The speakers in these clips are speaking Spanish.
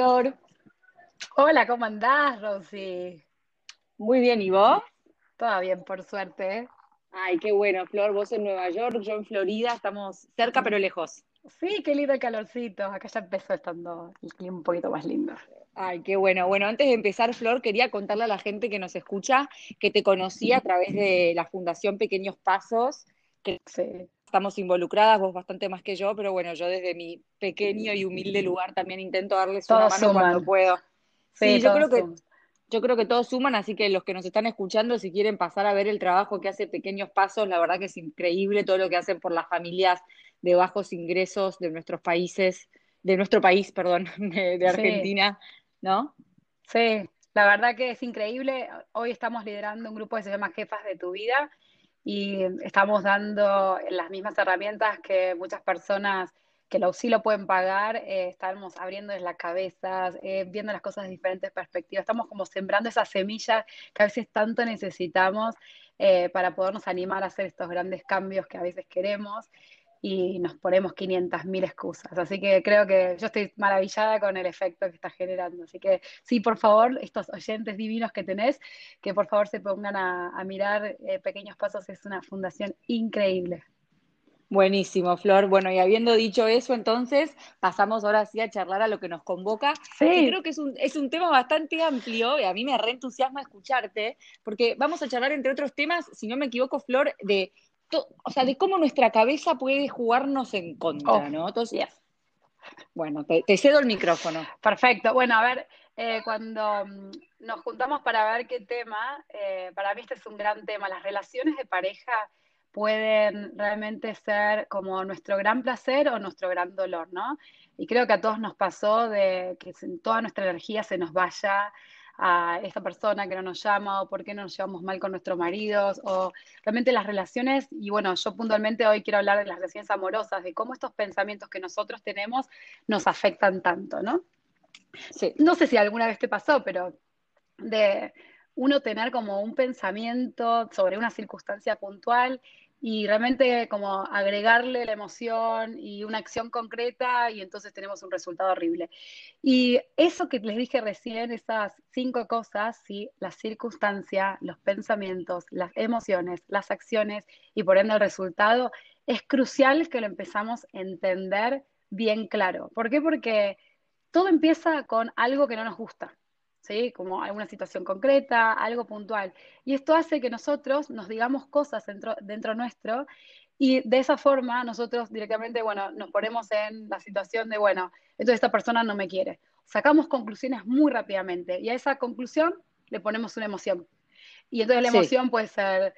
Flor. Hola, ¿cómo andás, Rosy? Muy bien, ¿y vos? Todo bien, por suerte, ¿eh? Ay, qué bueno, Flor, vos en Nueva York, yo en Florida, estamos cerca pero lejos. Sí, qué lindo el calorcito. Acá ya empezó estando el clima un poquito más lindo. Ay, qué bueno. Bueno, antes de empezar, Flor, quería contarle a la gente que nos escucha que te conocí a través de la Fundación Pequeños Pasos, que Sí, estamos involucradas, vos bastante más que yo, pero bueno, yo desde mi pequeño y humilde lugar también intento darles una todos mano cuando suman. puedo. Sí, Sí, todos suman. yo creo que todos suman, así que los que nos están escuchando, si quieren pasar a ver el trabajo que hace Pequeños Pasos, la verdad que es increíble todo lo que hacen por las familias de bajos ingresos de nuestros países, de nuestro país, perdón, de Sí, Argentina, ¿no? sí. La verdad que es increíble. Hoy estamos liderando un grupo que se llama Jefas de tu Vida y estamos dando las mismas herramientas que muchas personas que sí lo pueden pagar, estamos abriéndoles la cabeza, viendo las cosas de diferentes perspectivas, estamos como sembrando esas semillas que a veces tanto necesitamos para podernos animar a hacer estos grandes cambios que a veces queremos y nos ponemos 500.000 excusas. Así que creo que yo estoy maravillada con el efecto que está generando. Así que sí, por favor, estos oyentes divinos que tenés, que por favor se pongan a mirar Pequeños Pasos, es una fundación increíble. Buenísimo, Flor. Bueno, y habiendo dicho eso, entonces pasamos ahora sí a charlar a lo que nos convoca, que Sí, creo que es un tema bastante amplio y a mí me reentusiasma escucharte, porque vamos a charlar entre otros temas, si no me equivoco, Flor, de, o sea, de cómo nuestra cabeza puede jugarnos en oh, contra, ¿no? Entonces, yes. bueno, te cedo el micrófono. Perfecto. Bueno, a ver, cuando nos juntamos para ver qué tema, para mí este es un gran tema. Las relaciones de pareja pueden realmente ser como nuestro gran placer o nuestro gran dolor, ¿no? Y creo que a todos nos pasó de que toda nuestra energía se nos vaya a esta persona que no nos llama o por qué no nos llevamos mal con nuestros maridos o realmente las relaciones, y bueno, yo puntualmente hoy quiero hablar de las relaciones amorosas, de cómo estos pensamientos que nosotros tenemos nos afectan tanto, ¿no? Sí. No sé si alguna vez te pasó, pero de uno tener como un pensamiento sobre una circunstancia puntual y realmente como agregarle la emoción y una acción concreta y entonces tenemos un resultado horrible. Y eso que les dije recién, esas 5 cosas, ¿sí? La circunstancia, los pensamientos, las emociones, las acciones y por ende el resultado, es crucial que lo empezamos a entender bien claro. ¿Por qué? Porque todo empieza con algo que no nos gusta, ¿sí? Como alguna situación concreta, algo puntual. Y esto hace que nosotros nos digamos cosas dentro nuestro y de esa forma nosotros directamente, bueno, nos ponemos en la situación de, bueno, entonces esta persona no me quiere. Sacamos conclusiones muy rápidamente y a esa conclusión le ponemos una emoción. Y entonces la Sí. emoción puede ser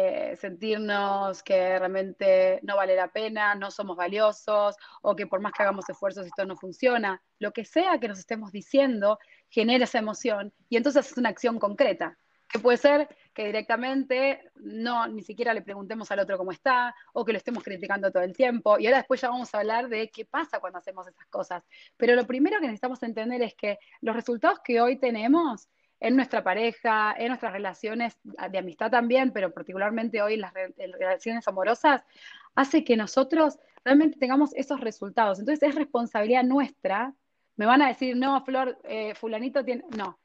sentirnos que realmente no vale la pena, no somos valiosos, o que por más que hagamos esfuerzos esto no funciona. Lo que sea que nos estemos diciendo genera esa emoción y entonces es una acción concreta. Que puede ser que directamente no ni siquiera le preguntemos al otro cómo está, o que lo estemos criticando todo el tiempo. Y ahora después ya vamos a hablar de qué pasa cuando hacemos esas cosas. Pero lo primero que necesitamos entender es que los resultados que hoy tenemos en nuestra pareja, en nuestras relaciones de amistad también, pero particularmente hoy en relaciones amorosas, hace que nosotros realmente tengamos esos resultados. Entonces es responsabilidad nuestra. Me van a decir, no, Flor, fulanito tiene... No,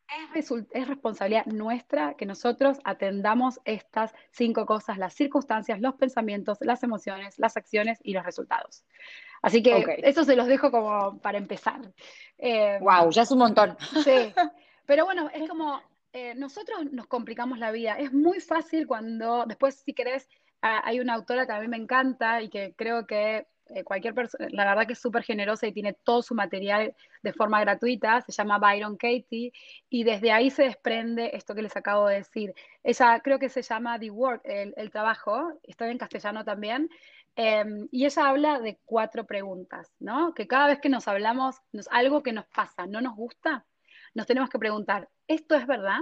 es responsabilidad nuestra que nosotros atendamos estas 5 cosas, las circunstancias, los pensamientos, las emociones, las acciones y los resultados. Así Ok. que eso se los dejo como para empezar. Eh, Wow, ya es un montón. Sí, pero bueno, es como nosotros nos complicamos la vida. Es muy fácil cuando, después si querés, hay una autora que a mí me encanta y que creo que cualquier persona, la verdad que es súper generosa y tiene todo su material de forma gratuita, se llama Byron Katie, y desde ahí se desprende esto que les acabo de decir. Ella creo que se llama The Work, el trabajo, está en castellano también. Y ella habla de 4 preguntas, ¿no? Que cada vez que nos hablamos, algo que nos pasa, no nos gusta, nos tenemos que preguntar, ¿esto es verdad?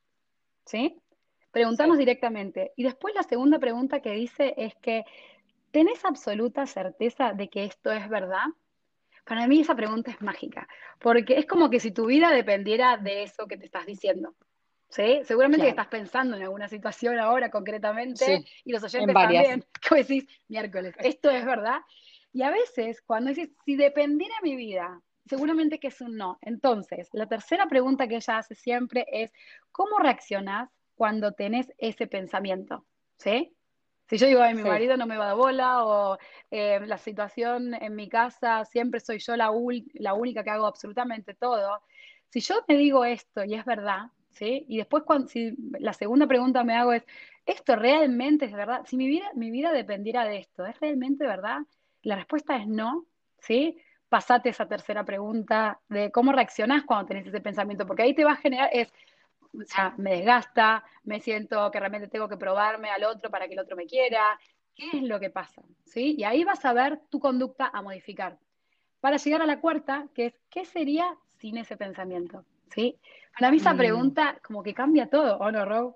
¿Sí? Preguntarnos Sí. directamente. Y después la segunda pregunta que dice es que, ¿tenés absoluta certeza de que esto es verdad? Para mí esa pregunta es mágica, porque es como que si tu vida dependiera de eso que te estás diciendo. ¿Sí? Seguramente que Claro. estás pensando en alguna situación ahora concretamente, Sí, y los en oyentes varias. también, que vos decís, miércoles, esto es verdad. Y a veces, cuando dices, si dependiera mi vida seguramente que es un no. Entonces, la tercera pregunta que ella hace siempre es, ¿cómo reaccionás cuando tenés ese pensamiento? ¿Sí? Si yo digo, ay, mi Sí. marido no me va a dar bola, o la situación en mi casa, siempre soy yo la única que hago absolutamente todo. Si yo me digo esto y es verdad, ¿sí? Y después si la segunda pregunta me hago es, ¿esto realmente es verdad? Si mi vida dependiera de esto, ¿es realmente verdad? La respuesta es no, ¿sí? Pasate esa tercera pregunta de cómo reaccionás cuando tenés ese pensamiento, porque ahí te va a generar, o sea, me desgasta, me siento que realmente tengo que probarme al otro para que el otro me quiera. ¿Qué es lo que pasa? ¿Sí? Y ahí vas a ver tu conducta a modificar. Para llegar a la cuarta, que es, ¿qué sería sin ese pensamiento? ¿Sí? Para mí esa Mm. pregunta como que cambia todo, ¿o no, Rob?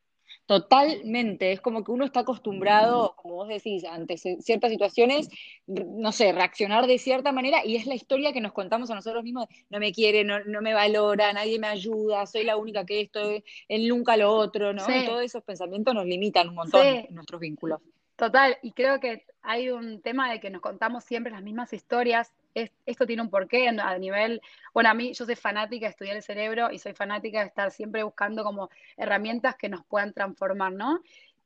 Totalmente, es como que uno está acostumbrado, como vos decís, ante ciertas situaciones, no sé, reaccionar de cierta manera y es la historia que nos contamos a nosotros mismos, no me quiere, no me valora, nadie me ayuda, soy la única que esto, él nunca lo otro, ¿no? Y Sí, todos esos pensamientos nos limitan un montón sí, en nuestros vínculos. total, y creo que hay un tema de que nos contamos siempre las mismas historias. Esto tiene un porqué a nivel, bueno, a mí yo soy fanática de estudiar el cerebro y soy fanática de estar siempre buscando como herramientas que nos puedan transformar, ¿no?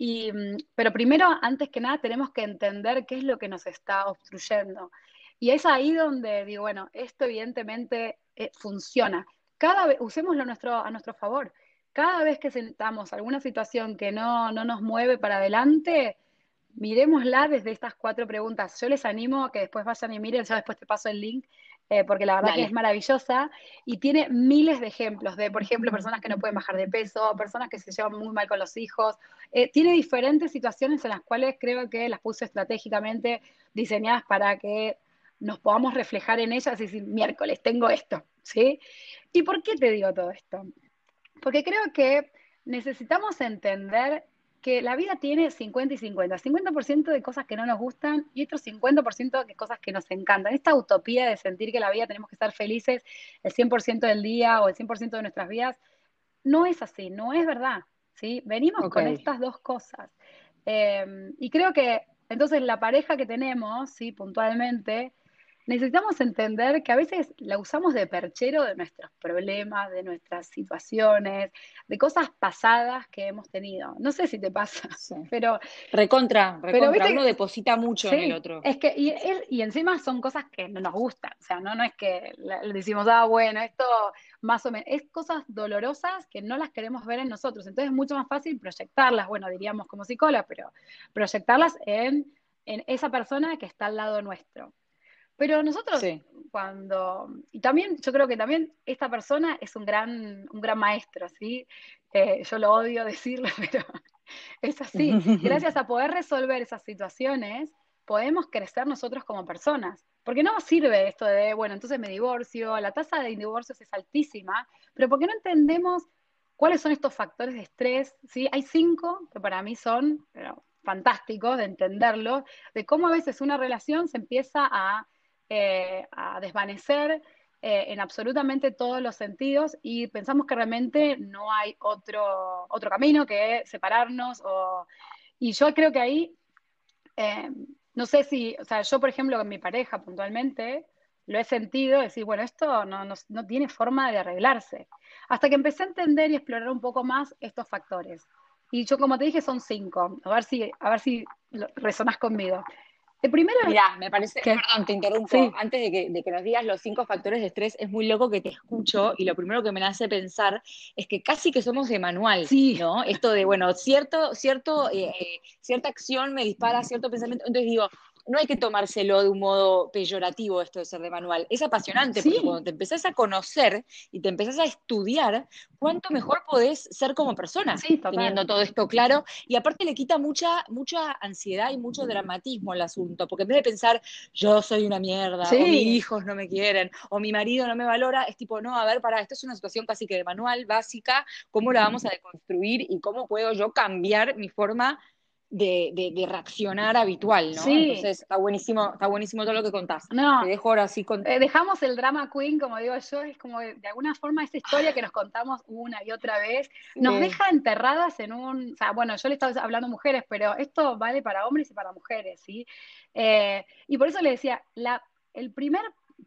Pero primero, antes que nada, tenemos que entender qué es lo que nos está obstruyendo. Y es ahí donde digo, bueno, esto evidentemente funciona. Cada vez, usémoslo a nuestro favor. Cada vez que sentamos alguna situación que no nos mueve para adelante, miremosla desde estas cuatro preguntas. Yo les animo a que después vayan y miren, yo después te paso el link, porque la verdad que es Dale. maravillosa y tiene miles de ejemplos de, por ejemplo, personas que no pueden bajar de peso, personas que se llevan muy mal con los hijos. Tiene diferentes situaciones en las cuales creo que las puse estratégicamente diseñadas para que nos podamos reflejar en ellas y decir, miércoles, tengo esto, ¿sí? ¿Y por qué te digo todo esto? Porque creo que necesitamos entender que la vida tiene 50 y 50. 50% de cosas que no nos gustan y otro 50% de cosas que nos encantan. Esta utopía de sentir que la vida tenemos que estar felices el 100% del día o el 100% de nuestras vidas, no es así, no es verdad. ¿Sí? Venimos Ok. con estas dos cosas. Y creo que entonces la pareja que tenemos, ¿sí? Puntualmente, necesitamos entender que a veces la usamos de perchero de nuestros problemas, de nuestras situaciones, de cosas pasadas que hemos tenido. No sé si te pasa, Sí. pero, Recontra, pero recontra. Uno viste, deposita mucho en el sí, otro. es que, y encima son cosas que no nos gustan, o sea, no es que le decimos, ah, bueno, esto más o menos, es cosas dolorosas que no las queremos ver en nosotros, entonces es mucho más fácil proyectarlas, bueno, diríamos como psicóloga, pero proyectarlas en esa persona que está al lado nuestro. Pero nosotros, Sí. y también, yo creo que también esta persona es un gran maestro, ¿sí? Yo lo odio decirlo, pero es así. Gracias a poder resolver esas situaciones, podemos crecer nosotros como personas. Porque no sirve esto de, bueno, entonces me divorcio, la tasa de divorcios es altísima, pero porque no entendemos cuáles son estos factores de estrés, ¿sí? Hay 5 que para mí son, pero, fantásticos de entenderlo, de cómo a veces una relación se empieza a desvanecer en absolutamente todos los sentidos y pensamos que realmente no hay otro camino que separarnos. Y yo creo que ahí, eh, no sé si, o sea, yo por ejemplo con mi pareja puntualmente, lo he sentido, decir, bueno, esto no tiene forma de arreglarse. Hasta que empecé a entender y explorar un poco más estos factores. Y yo, como te dije, son 5. A ver si resonás conmigo. El primero es Mirá, me parece, que, perdón, te interrumpo, sí, antes de que nos digas los 5 factores de estrés, es muy loco que te escucho y lo primero que me hace pensar es que casi que somos de manual, sí, ¿no? Esto de, bueno, cierta acción me dispara cierto pensamiento, entonces digo, no hay que tomárselo de un modo peyorativo esto de ser de manual, es apasionante porque sí, cuando te empezás a conocer y te empezás a estudiar, cuánto mejor podés ser como persona, sí, total. teniendo todo esto claro, y aparte le quita mucha ansiedad y mucho dramatismo al asunto, porque en vez de pensar, yo soy una mierda, o mis Sí, hijos no me quieren, o mi marido no me valora, es tipo, no, a ver, para, esto es una situación casi que de manual, básica, ¿cómo la vamos a deconstruir y cómo puedo yo cambiar mi forma de reaccionar habitual, ¿no? sí, Entonces, está buenísimo todo lo que contás. Te no, dejo ahora sí con... dejamos el drama queen, como digo yo, es como de alguna forma esa historia que nos contamos una y otra vez, nos Sí, deja enterradas o sea, bueno, yo le estaba hablando a mujeres, pero esto vale para hombres y para mujeres, ¿sí? Y por eso le decía, el primer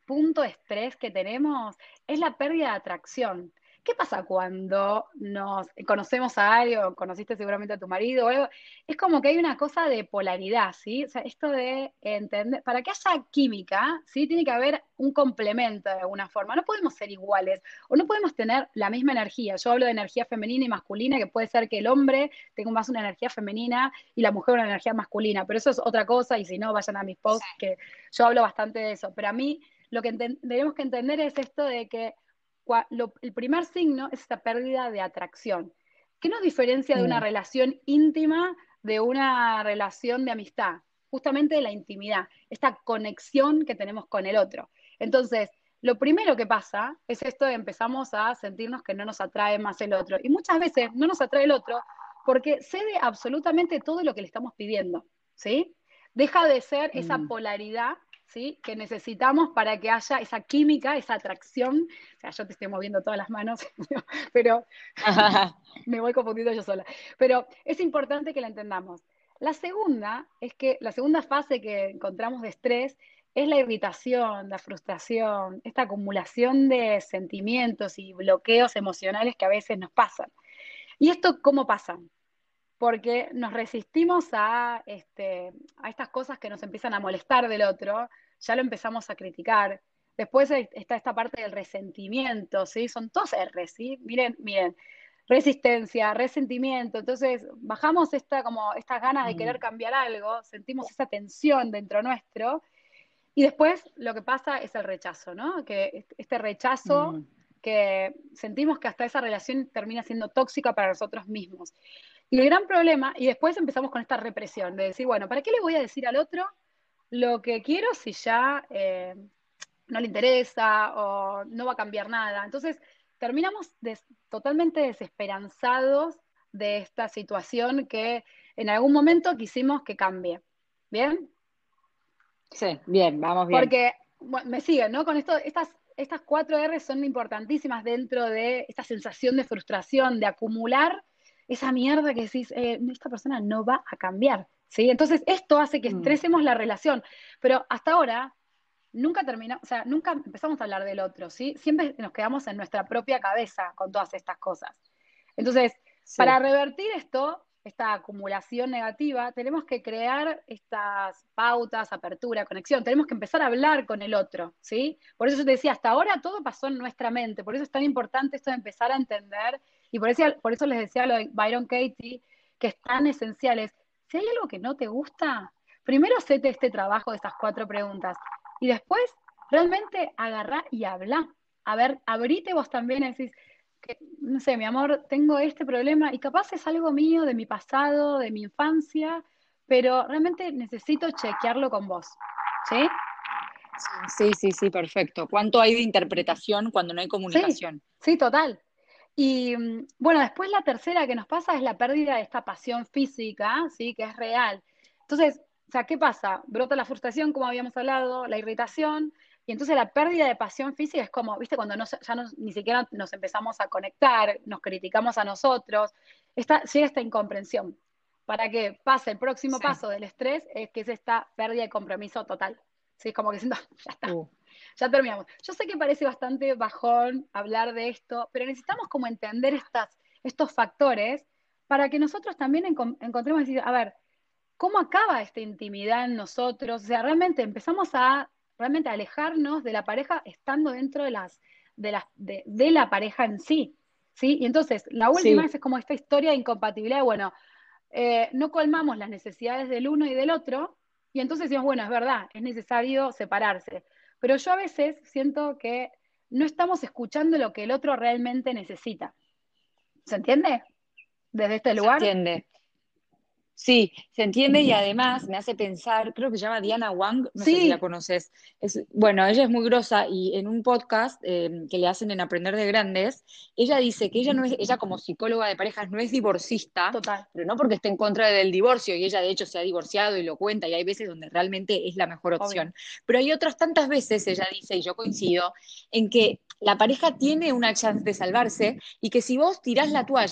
punto de estrés que tenemos es la pérdida de atracción. ¿Qué pasa cuando nos conocemos a alguien o conociste seguramente a tu marido o algo? Es como que hay una cosa de polaridad, ¿sí? O sea, esto de entender, para que haya química, ¿sí? Tiene que haber un complemento de alguna forma. No podemos ser iguales o no podemos tener la misma energía. Yo hablo de energía femenina y masculina, que puede ser que el hombre tenga más una energía femenina y la mujer una energía masculina, pero eso es otra cosa y si no, vayan a mis posts, que yo hablo bastante de eso. Pero a mí lo que tenemos que entender es esto de que el primer signo es esta pérdida de atracción. ¿Qué nos diferencia de una Mm. relación íntima de una relación de amistad? Justamente la intimidad, esta conexión que tenemos con el otro. Entonces, lo primero que pasa es esto de empezamos a sentirnos que no nos atrae más el otro. Y muchas veces no nos atrae el otro porque cede absolutamente todo lo que le estamos pidiendo, ¿sí? Deja de ser esa Mm. polaridad, ¿sí? Que necesitamos para que haya esa química, esa atracción. O sea, yo te estoy moviendo todas las manos, pero me voy confundiendo yo sola. Pero es importante que la entendamos. La segunda es que la segunda fase que encontramos de estrés es la irritación, la frustración, esta acumulación de sentimientos y bloqueos emocionales que a veces nos pasan. ¿Y esto cómo pasa? Porque nos resistimos a estas cosas que nos empiezan a molestar del otro, ya lo empezamos a criticar. Después está esta parte del resentimiento, ¿sí? Son todos R, ¿sí? Miren, miren, resistencia, resentimiento. Entonces, bajamos como estas ganas de querer Mm. cambiar algo, sentimos esa tensión dentro nuestro, y después lo que pasa es el rechazo, ¿no? Que este rechazo Mm. que sentimos que hasta esa relación termina siendo tóxica para nosotros mismos. Y el gran problema, y después empezamos con esta represión, de decir, bueno, ¿para qué le voy a decir al otro lo que quiero si ya no le interesa o no va a cambiar nada? Entonces, terminamos totalmente desesperanzados de esta situación que en algún momento quisimos que cambie. ¿Bien? Sí, bien, vamos bien. Porque bueno, me siguen, ¿no? Con esto, estas 4 R son importantísimas dentro de esta sensación de frustración, de acumular esa mierda que decís, esta persona no va a cambiar, ¿sí? Entonces, esto hace que Mm. estresemos la relación, pero hasta ahora nunca terminamos, o sea, nunca empezamos a hablar del otro, ¿sí? Siempre nos quedamos en nuestra propia cabeza con todas estas cosas. Entonces, para Sí. revertir esto, esta acumulación negativa, tenemos que crear estas pautas, apertura, conexión. Tenemos que empezar a hablar con el otro, ¿sí? Por eso yo te decía, hasta ahora todo pasó en nuestra mente. Por eso es tan importante esto de empezar a entender. Y por eso les decía lo de Byron Katie, que es tan esencial. Si hay algo que no te gusta, primero hacete este trabajo de estas 4 preguntas. Y después, realmente agarrá y habla. A ver, abrite vos también y decís, que, no sé, mi amor, tengo este problema y capaz es algo mío, de mi pasado, de mi infancia, pero realmente necesito chequearlo con vos, ¿sí? Sí, sí, sí, perfecto. ¿Cuánto hay de interpretación cuando no hay Sí, comunicación? sí, total. Y bueno, después la tercera que nos pasa es la pérdida de esta pasión física, ¿sí? Que es real. Entonces, o sea, ¿qué pasa? Brota la frustración, como habíamos hablado, la irritación, y entonces la pérdida de pasión física es como, ¿viste? Cuando ni siquiera nos empezamos a conectar, nos criticamos a nosotros, llega esta incomprensión. Para que pase el próximo Sí. paso del estrés, es que es esta pérdida de compromiso total. Sí, es como que siento, ya está, Uh. ya terminamos. Yo sé que parece bastante bajón hablar de esto, pero necesitamos como entender estos factores para que nosotros también encontremos y decir, a ver, ¿cómo acaba esta intimidad en nosotros? O sea, realmente empezamos a realmente alejarnos de la pareja estando dentro de la pareja en sí. ¿Sí? Y entonces, la última Sí. es como esta historia de incompatibilidad, bueno, no colmamos las necesidades del uno y del otro, y entonces decimos, bueno, es verdad, es necesario separarse. Pero yo a veces siento que no estamos escuchando lo que el otro realmente necesita. ¿Se entiende? Desde este Se lugar. entiende. Sí, se entiende y además me hace pensar, creo que se llama Diana Wang, no sé si la Sí, conoces. Bueno, ella es muy grosa y en un podcast que le hacen en Aprender de Grandes, ella dice que ella no es, ella como psicóloga de parejas no es divorcista, total. pero no porque esté en contra del divorcio y ella de hecho se ha divorciado y lo cuenta y hay veces donde realmente es la mejor Obvio. opción. Pero hay otras tantas veces, ella dice, y yo coincido, en que la pareja tiene una chance de salvarse y que si vos tirás la toalla,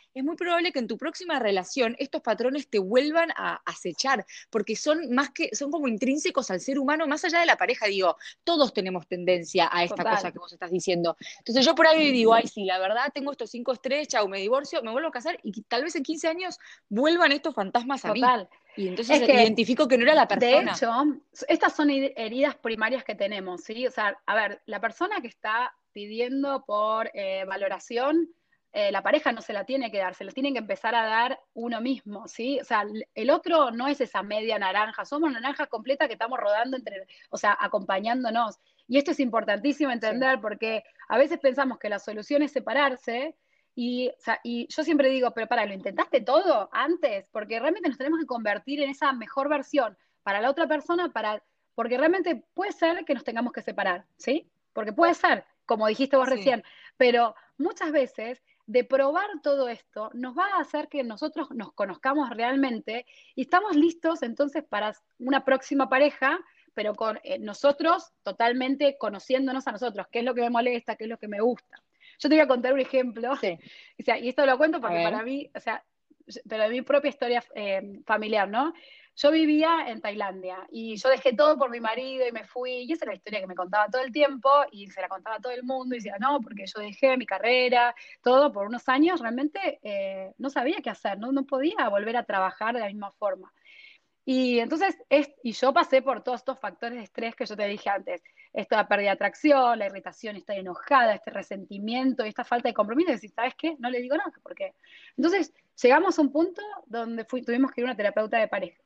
es muy probable que en tu próxima relación estos patrones te vuelvan a acechar, porque son como intrínsecos al ser humano, más allá de la pareja, digo, todos tenemos tendencia a esta cosa Total, que vos estás diciendo. Entonces yo por ahí digo, ay, sí, la verdad tengo estos 5 estrés, chau, me divorcio, me vuelvo a casar y tal vez en 15 años vuelvan estos fantasmas a mí. total. Y entonces Es que identifico que no era la de persona. hecho, estas son heridas primarias que tenemos, ¿sí? O sea, a ver, la persona que está pidiendo por valoración, la pareja no se la tiene que dar, se la tiene que empezar a dar uno mismo, ¿sí? O sea, el otro no es esa media naranja, somos naranja completa que estamos rodando entre, o sea, acompañándonos. Y esto es importantísimo Sí. entender porque a veces pensamos que la solución es separarse y, o sea, y yo siempre digo, pero para, ¿lo intentaste todo antes? Porque realmente nos tenemos que convertir en esa mejor versión para la otra persona, porque realmente puede ser que nos tengamos que separar, ¿sí? Porque puede ser, como dijiste vos Sí. recién, pero muchas veces de probar todo esto nos va a hacer que nosotros nos conozcamos realmente y estamos listos entonces para una próxima pareja, pero con nosotros totalmente conociéndonos a nosotros, qué es lo que me molesta, qué es lo que me gusta. Yo te voy a contar un ejemplo, Sí. o sea, y esto lo cuento A porque ver. para mí, o sea, pero de mi propia historia familiar, ¿no? Yo vivía en Tailandia y yo dejé todo por mi marido y me fui, y esa era la historia que me contaba todo el tiempo y se la contaba a todo el mundo y decía, no, porque yo dejé mi carrera, todo por unos años, realmente no sabía qué hacer, ¿no? No podía volver a trabajar de la misma forma. Y entonces, y yo pasé por todos estos factores de estrés que yo te dije antes. Esto la pérdida de atracción, la irritación, estoy enojada, este resentimiento, esta falta de compromiso. Y decir, ¿sabes qué? No le digo nada. ¿Por qué? Entonces, llegamos a un punto donde tuvimos que ir a una terapeuta de pareja,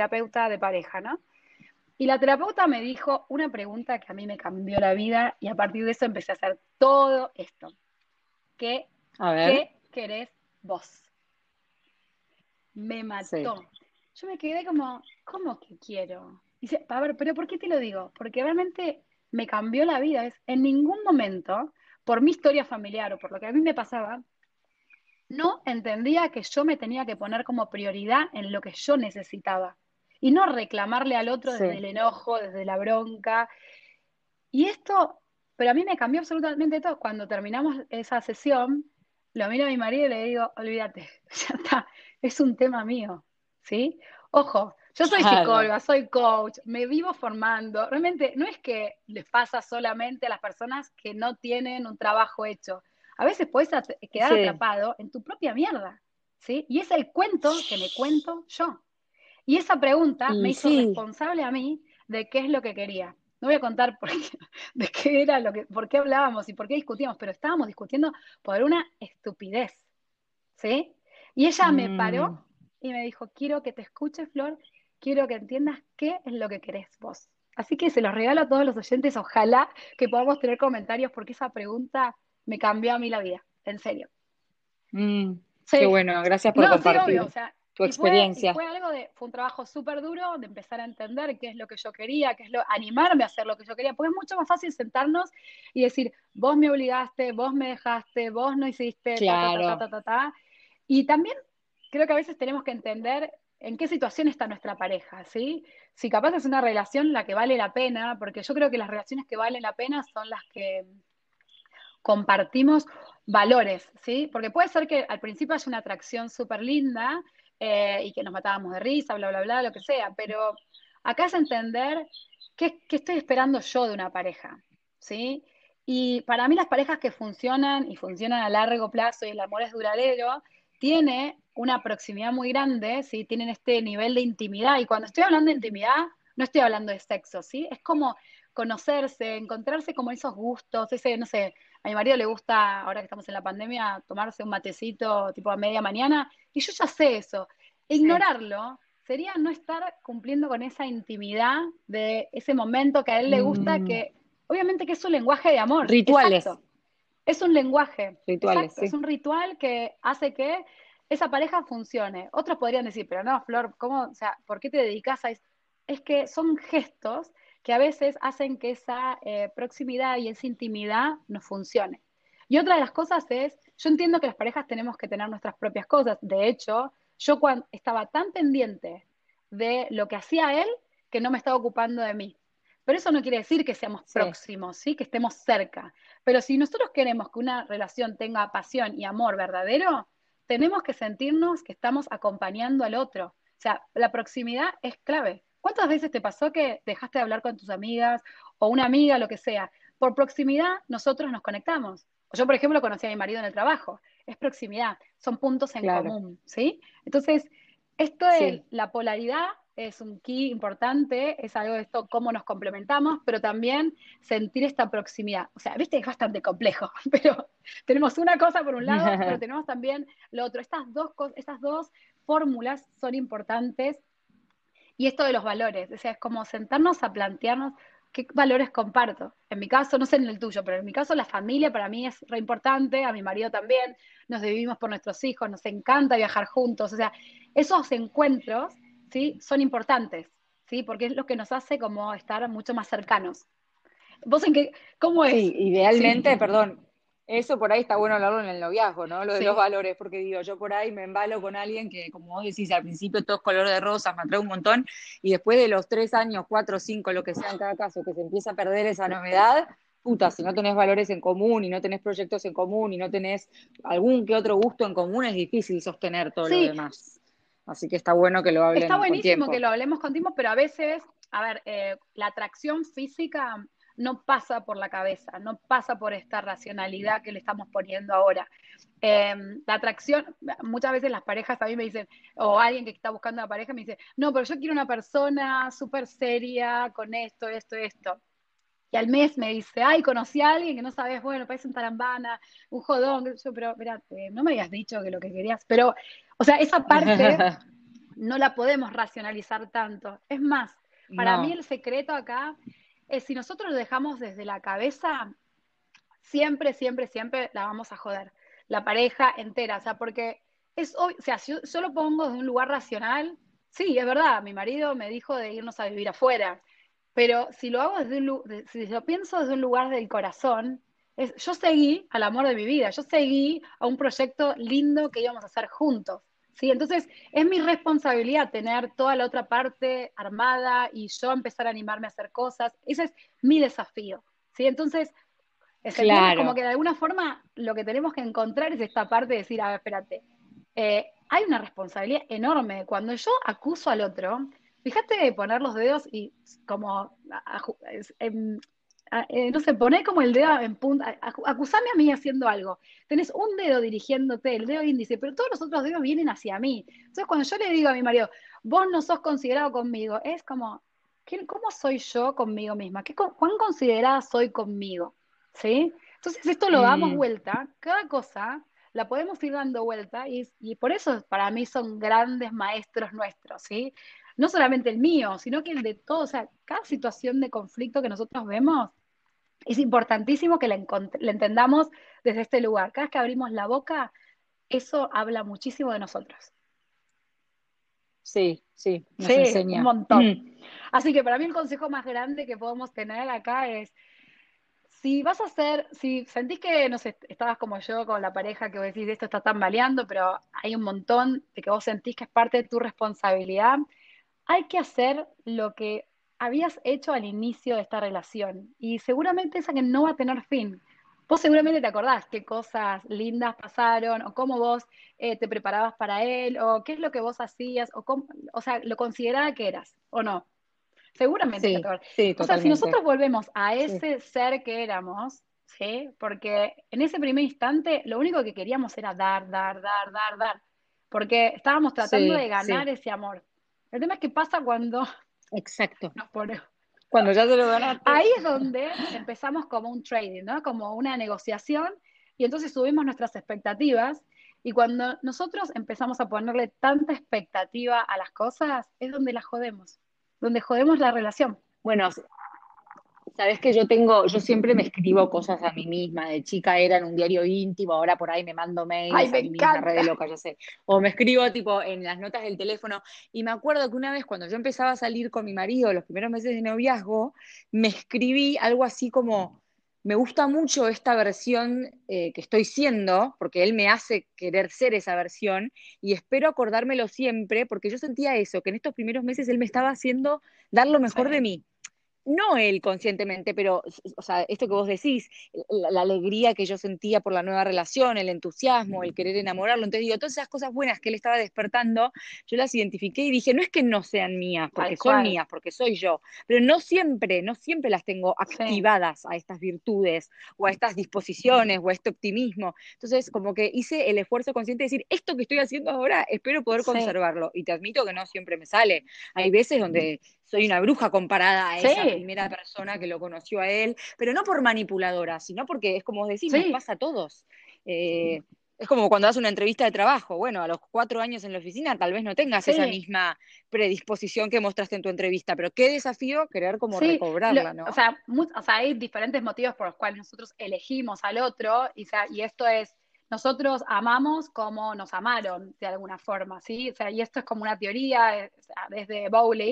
¿no? Y la terapeuta me dijo una pregunta que a mí me cambió la vida y a partir de eso empecé a hacer todo esto. ¿Qué, A ver. qué querés vos? Me Sí. mató. Yo me quedé como, ¿cómo que quiero? Y dice, a ver, pero ¿por qué te lo digo? Porque realmente me cambió la vida. En ningún momento, por mi historia familiar o por lo que a mí me pasaba, no entendía que yo me tenía que poner como prioridad en lo que yo necesitaba. Y no reclamarle al otro desde Sí. el enojo, desde la bronca. Y esto, pero a mí me cambió absolutamente todo. Cuando terminamos esa sesión, lo miro a mi marido y le digo, olvídate, ya está, es un tema mío, ¿sí? Ojo, yo soy Claro. psicóloga, soy coach, me vivo formando. Realmente no es que les pasa solamente a las personas que no tienen un trabajo hecho. A veces puedes quedar Sí. atrapado en tu propia mierda, ¿sí? Y es el cuento que me cuento yo. Y esa pregunta me Y hizo sí. responsable a mí de qué es lo que quería. No voy a contar de qué era por qué hablábamos y por qué discutíamos, pero estábamos discutiendo por una estupidez, ¿sí? Y ella me Mm. paró y me dijo, quiero que te escuches, Flor, quiero que entiendas qué es lo que querés vos. Así que se los regalo a todos los oyentes, ojalá que podamos tener comentarios porque esa pregunta me cambió a mí la vida, en serio. Mm. Qué Sí, bueno. Gracias por no, sí, obvio, o compartir sea, tu y experiencia. fue algo fue un trabajo súper duro de empezar a entender qué es lo que yo quería, animarme a hacer lo que yo quería, porque es mucho más fácil sentarnos y decir, vos me obligaste, vos me dejaste, vos no hiciste, ta, ta, ta, ta, Claro. ta, ta, ta. Y también creo que a veces tenemos que entender en qué situación está nuestra pareja, ¿sí? Si capaz es una relación la que vale la pena, porque yo creo que las relaciones que valen la pena son las que compartimos valores, ¿sí? Porque puede ser que al principio haya una atracción súper linda y que nos matábamos de risa, bla, bla, bla, lo que sea, pero acá es entender qué estoy esperando yo de una pareja, ¿sí? Y para mí las parejas que funcionan y funcionan a largo plazo y el amor es duradero, tiene una proximidad muy grande, ¿sí? Tienen este nivel de intimidad. Y cuando estoy hablando de intimidad, no estoy hablando de sexo, ¿sí? Es como conocerse, encontrarse como esos gustos, ese, no sé, a mi marido le gusta, ahora que estamos en la pandemia, tomarse un matecito tipo a media mañana, y yo ya sé eso. Sí. Ignorarlo sería no estar cumpliendo con esa intimidad de ese momento que a él le gusta, Mm. que obviamente que es un lenguaje de amor, Rituales. exacto. Es un lenguaje, Rituales, exacto, es sí. un ritual que hace que esa pareja funcione. Otros podrían decir, pero no, Flor, ¿cómo, o sea, ¿por qué te dedicas a eso? Es que son gestos que a veces hacen que esa proximidad y esa intimidad no funcione. Y otra de las cosas es, yo entiendo que las parejas tenemos que tener nuestras propias cosas. De hecho, yo cuando estaba tan pendiente de lo que hacía él que no me estaba ocupando de mí. Pero eso no quiere decir que seamos Sí. próximos, ¿sí? Que estemos cerca. Pero si nosotros queremos que una relación tenga pasión y amor verdadero, tenemos que sentirnos que estamos acompañando al otro. O sea, la proximidad es clave. ¿Cuántas veces te pasó que dejaste de hablar con tus amigas o una amiga, lo que sea? Por proximidad nosotros nos conectamos. Yo, por ejemplo, conocí a mi marido en el trabajo. Es proximidad, son puntos en Claro, común, ¿sí? Entonces, esto de sí. la polaridad es un key importante, es algo de esto, cómo nos complementamos, pero también sentir esta proximidad. O sea, viste, es bastante complejo, pero tenemos una cosa por un lado, pero tenemos también lo otro. Estas dos fórmulas son importantes y esto de los valores, o sea, es como sentarnos a plantearnos qué valores comparto. En mi caso, no sé en el tuyo, pero en mi caso la familia para mí es re importante, a mi marido también, nos dividimos por nuestros hijos, nos encanta viajar juntos, o sea, esos encuentros, ¿sí? Son importantes, ¿sí? Porque es lo que nos hace como estar mucho más cercanos. ¿Vos en qué, cómo es? Sí, Sí, idealmente, perdón, eso por ahí está bueno hablarlo en el noviazgo, ¿no? Lo de los sí, valores, porque digo, yo por ahí me embalo con alguien que, como vos decís, al principio todo es color de rosas, me atrae un montón, y después de los 3 años, 4, 5, lo que sea en cada caso, que se empieza a perder esa novedad, puta, si no tenés valores en común y no tenés proyectos en común y no tenés algún que otro gusto en común, es difícil sostener todo lo sí, demás. Así que está bueno que lo está hablen con buenísimo que tiempo. lo hablemos con tiempo, pero a veces, a ver, la atracción física no pasa por la cabeza, no pasa por esta racionalidad que le estamos poniendo ahora. La atracción, muchas veces las parejas a mí me dicen, o alguien que está buscando una pareja me dice, no, pero yo quiero una persona súper seria con esto, esto, esto. Y al mes me dice, ay, conocí a alguien que no sabes, bueno, parece un tarambana, un jodón, qué sé yo, pero espérate, no me habías dicho que lo que querías. Pero, o sea, esa parte no la podemos racionalizar tanto. Es más, para mí No, el secreto acá es si nosotros lo dejamos desde la cabeza, siempre, siempre, siempre la vamos a joder. La pareja entera, o sea, porque es obvio, o sea, si yo lo pongo desde un lugar racional, sí, es verdad, mi marido me dijo de irnos a vivir afuera, pero si lo hago si lo pienso desde un lugar del corazón, yo seguí al amor de mi vida, yo seguí a un proyecto lindo que íbamos a hacer juntos. ¿Sí? Entonces, es mi responsabilidad tener toda la otra parte armada y yo empezar a animarme a hacer cosas. Ese es mi desafío. ¿Sí? Entonces, ¿se entiende? Como claro. que de alguna forma lo que tenemos que encontrar es esta parte de decir, a ver, espérate, hay una responsabilidad enorme. Cuando yo acuso al otro, fíjate de poner los dedos y como, no sé, poné como el dedo en punta, acusame a mí haciendo algo. Tenés un dedo dirigiéndote, el dedo índice, pero todos los otros dedos vienen hacia mí. Entonces cuando yo le digo a mi marido, vos no sos considerado conmigo, es como, ¿cómo soy yo conmigo misma? ¿Cuán considerada soy conmigo? ¿Sí? Entonces esto lo damos Mm. vuelta, cada cosa la podemos ir dando vuelta y por eso para mí son grandes maestros nuestros, ¿sí? No solamente el mío, sino que el de todos, o sea, cada situación de conflicto que nosotros vemos es importantísimo que la entendamos desde este lugar. Cada vez que abrimos la boca, eso habla muchísimo de nosotros. Sí, sí, nos Sí, un enseña. montón. Así que para mí el consejo más grande que podemos tener acá es si vas a hacer, si sentís que, no sé, estabas como yo con la pareja que vos decís, esto está tambaleando, pero hay un montón de que vos sentís que es parte de tu responsabilidad, hay que hacer lo que habías hecho al inicio de esta relación. Y seguramente esa que no va a tener fin. Vos seguramente te acordás qué cosas lindas pasaron, o cómo vos te preparabas para él, o qué es lo que vos hacías, o sea, lo considerada que eras, o no. Seguramente te Sí, acordás. sí, O sea, si totalmente. nosotros volvemos a Sí, ese ser que éramos, ¿sí? Porque en ese primer instante lo único que queríamos era dar, dar, dar, dar, dar. Porque estábamos tratando de sí, ganar sí, ese amor. El tema es que pasa cuando exacto. nos ponemos. Cuando ya te lo ganaste. Ahí es donde empezamos como un trading, ¿no? Como una negociación y entonces subimos nuestras expectativas y cuando nosotros empezamos a ponerle tanta expectativa a las cosas es donde las jodemos, donde jodemos la relación. Bueno, sabes que yo siempre me escribo cosas a mí misma. De chica era en un diario íntimo, ahora por ahí me mando Ay, mails me a mí misma, re de encanta. loca, ya sé. O me escribo tipo en las notas del teléfono. Y me acuerdo que una vez cuando yo empezaba a salir con mi marido, los primeros meses de noviazgo, me escribí algo así como, me gusta mucho esta versión que estoy siendo, porque él me hace querer ser esa versión, y espero acordármelo siempre, porque yo sentía eso, que en estos primeros meses él me estaba haciendo dar lo mejor de Sí, mí. no él conscientemente, pero, o sea, esto que vos decís, la alegría que yo sentía por la nueva relación, el entusiasmo, el querer enamorarlo, entonces digo, todas esas cosas buenas que él estaba despertando, yo las identifiqué y dije, no es que no sean Tal cual. mías, porque soy yo, pero no siempre, no siempre las tengo Sí, activadas a estas virtudes o a estas disposiciones o a este optimismo. Entonces, como que hice el esfuerzo consciente de decir, esto que estoy haciendo ahora, espero poder sí, conservarlo. Y te admito que no siempre me sale. Hay veces donde soy una bruja comparada a esa sí, primera persona que lo conoció a él, pero no por manipuladora, sino porque es como vos decís, nos sí, pasa a todos. Eh, es como cuando das una entrevista de trabajo. Bueno, a los 4 años en la oficina tal vez no tengas esa sí. misma predisposición que mostraste en tu entrevista, pero qué desafío querer como Sí, recobrarla, o ¿no? sea, o sea, hay diferentes motivos por los cuales nosotros elegimos al otro, y, o sea, y esto es, nosotros amamos como nos amaron, de alguna forma, ¿sí? O sea, y esto es como una teoría, o sea, desde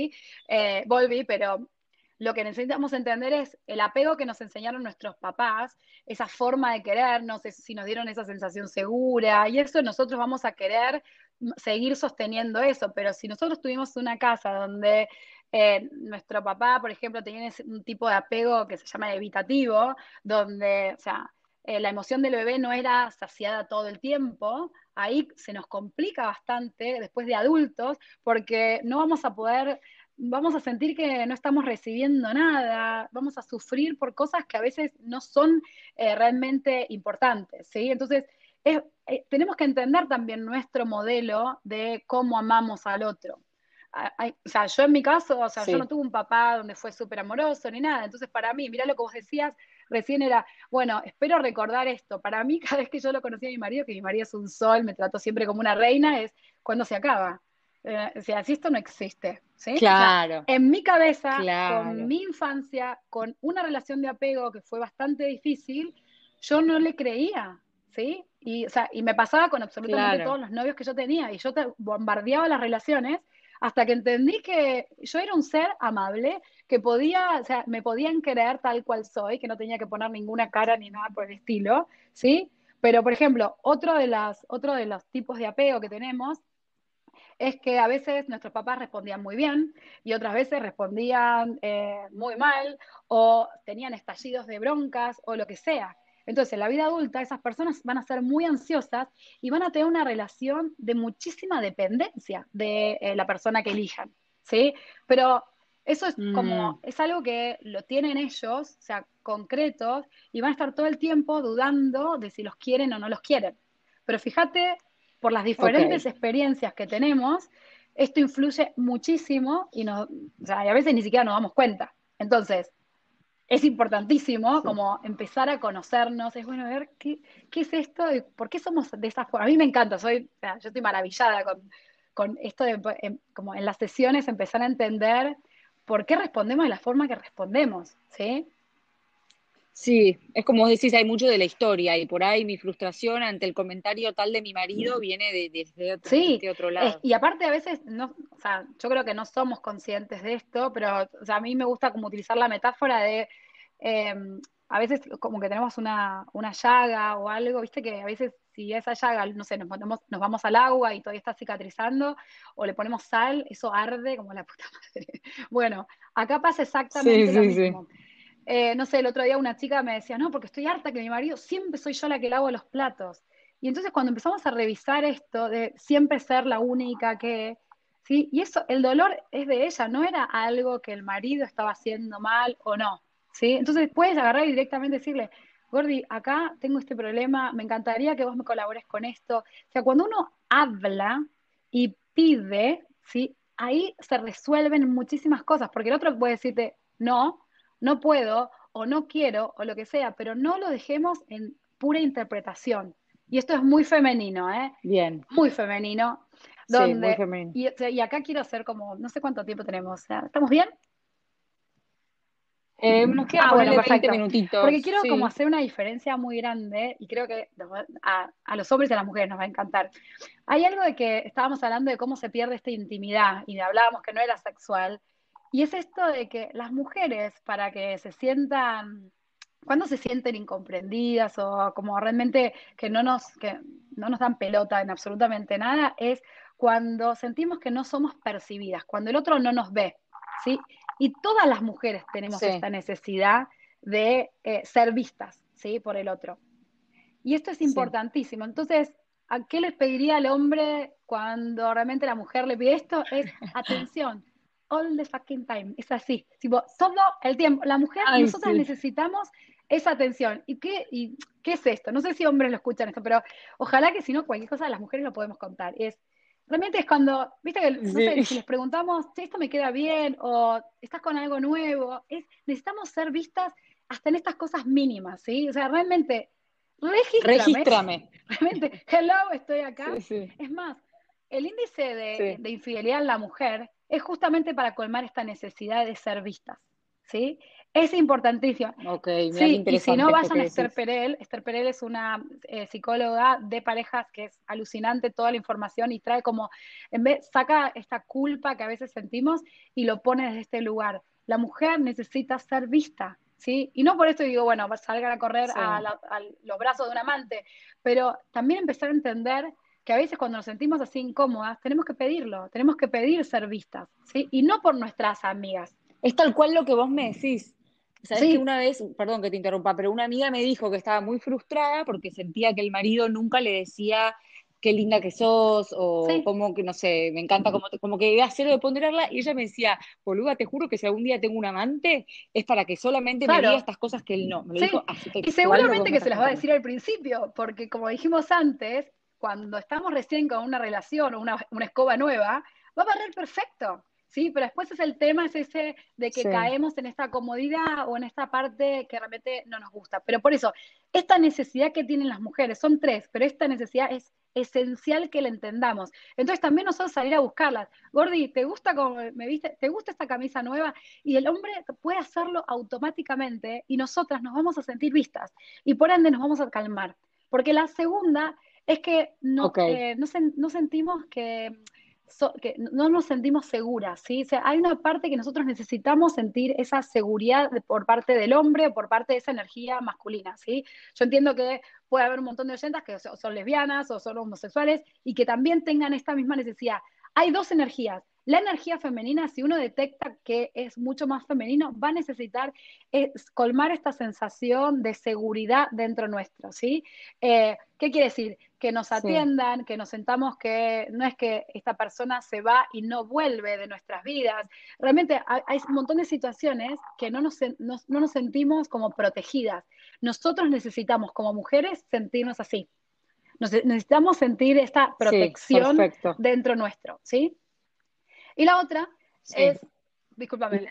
Bowlby, pero lo que necesitamos entender es el apego que nos enseñaron nuestros papás, esa forma de querernos, si nos dieron esa sensación segura, y eso nosotros vamos a querer seguir sosteniendo eso, pero si nosotros tuvimos una casa donde nuestro papá, por ejemplo, tenía un tipo de apego que se llama evitativo, donde, o sea, la emoción del bebé no era saciada todo el tiempo. Ahí se nos complica bastante después de adultos, porque no vamos a poder, vamos a sentir que no estamos recibiendo nada, vamos a sufrir por cosas que a veces no son realmente importantes, ¿sí? Entonces, tenemos que entender también nuestro modelo de cómo amamos al otro. O sea, yo en mi caso, o sea, yo no Sí. tuve un papá donde fue súper amoroso ni nada. Entonces, para mí, mirá lo que vos decías recién era, bueno, espero recordar esto. Para mí, cada vez que yo lo conocí a mi marido, que mi marido es un sol, me trató siempre como una reina, es cuando se acaba. O sea, si esto no existe, ¿sí? O sea, Claro, en mi cabeza, con claro, mi infancia, con una relación de apego que fue bastante difícil, yo no le creía, ¿sí? Y, o sea, y me pasaba con absolutamente claro. todos los novios que yo tenía, y yo te bombardeaba las relaciones hasta que entendí que yo era un ser amable, que podía, o sea, me podían querer tal cual soy, que no tenía que poner ninguna cara ni nada por el estilo, ¿sí? Pero, por ejemplo, otro de los tipos de apego que tenemos es que a veces nuestros papás respondían muy bien y otras veces respondían muy mal o tenían estallidos de broncas o lo que sea. Entonces, en la vida adulta, esas personas van a ser muy ansiosas y van a tener una relación de muchísima dependencia de la persona que elijan, ¿sí? Pero eso es como, Mm, es algo que lo tienen ellos, o sea, concretos, y van a estar todo el tiempo dudando de si los quieren o no los quieren. Pero fíjate, por las ok, diferentes experiencias que tenemos, esto influye muchísimo o sea, y a veces ni siquiera nos damos cuenta. Entonces, es importantísimo sí. como empezar a conocernos, es bueno ver qué es esto y por qué somos de esa forma. A mí me encanta, o sea, yo estoy maravillada con esto de como en las sesiones empezar a entender por qué respondemos de la forma que respondemos, ¿sí? Sí, es como vos decís, hay mucho de la historia y por ahí mi frustración ante el comentario tal de mi marido viene desde Sí, este otro lado. y aparte a veces, no, o sea, yo creo que no somos conscientes de esto, pero o sea, a mí me gusta como utilizar la metáfora de, eh, a veces como que tenemos una llaga o algo, viste que a veces si esa llaga, no sé, nos vamos al agua y todavía está cicatrizando, o le ponemos sal, eso arde como la puta madre. Bueno, acá pasa Sí, exactamente lo sí, sí. mismo. No sé, el otro día una chica me decía, no, porque estoy harta que mi marido siempre soy yo la que lavo los platos. Y entonces cuando empezamos a revisar esto de siempre ser la única que, ¿sí? Y eso, el dolor es de ella, no era algo que el marido estaba haciendo mal o no, ¿sí? Entonces puedes agarrar y directamente decirle, Gordi, acá tengo este problema, me encantaría que vos me colabores con esto. O sea, cuando uno habla y pide, ¿sí? Ahí se resuelven muchísimas cosas, porque el otro puede decirte, no, no puedo o no quiero o lo que sea, pero no lo dejemos en pura interpretación. Y esto es muy femenino, ¿eh? Bien, Muy femenino, sí, muy donde, femenino. y acá quiero hacer como, no sé cuánto tiempo tenemos, o sea, ¿estamos bien? Nos queda Ah, bueno, ponerle 20 perfecto. Porque minutitos, quiero como sí. hacer una diferencia muy grande y creo que a los hombres y a las mujeres nos va a encantar. Hay algo de que estábamos hablando de cómo se pierde esta intimidad y hablábamos que no era sexual. Y es esto de que las mujeres, para que se sientan, cuando se sienten incomprendidas o como realmente que no nos dan pelota en absolutamente nada, es cuando sentimos que no somos percibidas, cuando el otro no nos ve, ¿sí? Y todas las mujeres tenemos sí, esta necesidad de ser vistas, ¿sí? Por el otro. Y esto es sí. importantísimo. Entonces, ¿a qué les pediría al hombre cuando realmente la mujer le pide esto? Es atención, all the fucking time. Es así, tipo, todo el tiempo. La mujer, Ay, nosotras sí. necesitamos esa atención. ¿Y qué es esto? No sé si hombres lo escuchan esto, pero ojalá que si no, cualquier cosa de las mujeres lo podemos contar. Realmente es cuando, viste que, no sé, si Sí. les preguntamos, "Che, esto me queda bien, o estás con algo nuevo, necesitamos ser vistas hasta en estas cosas mínimas, ¿sí? O sea, realmente regístrame, Regístrame. realmente, hello, estoy acá. Sí, sí, Es más, el índice sí. de infidelidad en la mujer es justamente para colmar esta necesidad de ser vistas, ¿sí? Es importantísimo. Ok, mira qué Sí, y si no, interesante esto vayan que a Esther decís. Perel. Esther Perel es una psicóloga de parejas que es alucinante toda la información y trae como, en vez, saca esta culpa que a veces sentimos y lo pone desde este lugar. La mujer necesita ser vista, ¿sí? Y no por esto digo, bueno, salgan a correr Sí. a los brazos de un amante, pero también empezar a entender que a veces cuando nos sentimos así incómodas, tenemos que pedirlo, tenemos que pedir ser vistas, ¿sí? Y no por nuestras amigas, Es tal cual lo que vos me decís. Sabés que ¿sí? una vez, perdón que te interrumpa, pero una amiga me dijo que estaba muy frustrada porque sentía que el marido nunca le decía qué linda que sos o Sí, como que, no sé, me encanta como que iba a cero de ponderarla y ella me decía, boluda, te juro que si algún día tengo un amante es para que solamente me diga claro, estas cosas que él no. Me lo dijo sí, así y textual lo que vos seguramente me que se estás las va a contando. decir al principio, porque como dijimos antes, cuando estamos recién con una relación o una escoba nueva, va a barrer perfecto, ¿sí? Pero después es el tema, es ese de que Sí, caemos en esta comodidad o en esta parte que realmente no nos gusta. Pero por eso, esta necesidad que tienen las mujeres, son tres, pero esta necesidad es esencial que la entendamos. Entonces también nosotros salir a buscarlas. Gordi, ¿te gusta como me viste? ¿Te gusta esta camisa nueva? Y el hombre puede hacerlo automáticamente y nosotras nos vamos a sentir vistas y por ende nos vamos a calmar. Porque la segunda es que ok, no sentimos que no nos sentimos seguras, ¿sí? O sea, hay una parte que nosotros necesitamos sentir esa seguridad por parte del hombre, por parte de esa energía masculina, ¿sí? Yo entiendo que puede haber un montón de oyentas que son lesbianas o son homosexuales y que también tengan esta misma necesidad. Hay dos energías. La energía femenina, si uno detecta que es mucho más femenino, va a necesitar colmar esta sensación de seguridad dentro nuestro, ¿sí? ¿Qué quiere decir? Que nos sí, atiendan, que nos sentamos que no es que esta persona se va y no vuelve de nuestras vidas. Realmente hay un montón de situaciones que no nos sentimos como protegidas. Nosotros necesitamos como mujeres sentirnos así. Necesitamos sentir esta sí, protección perfecto. dentro nuestro, ¿sí? Y la otra Sí. es, discúlpame,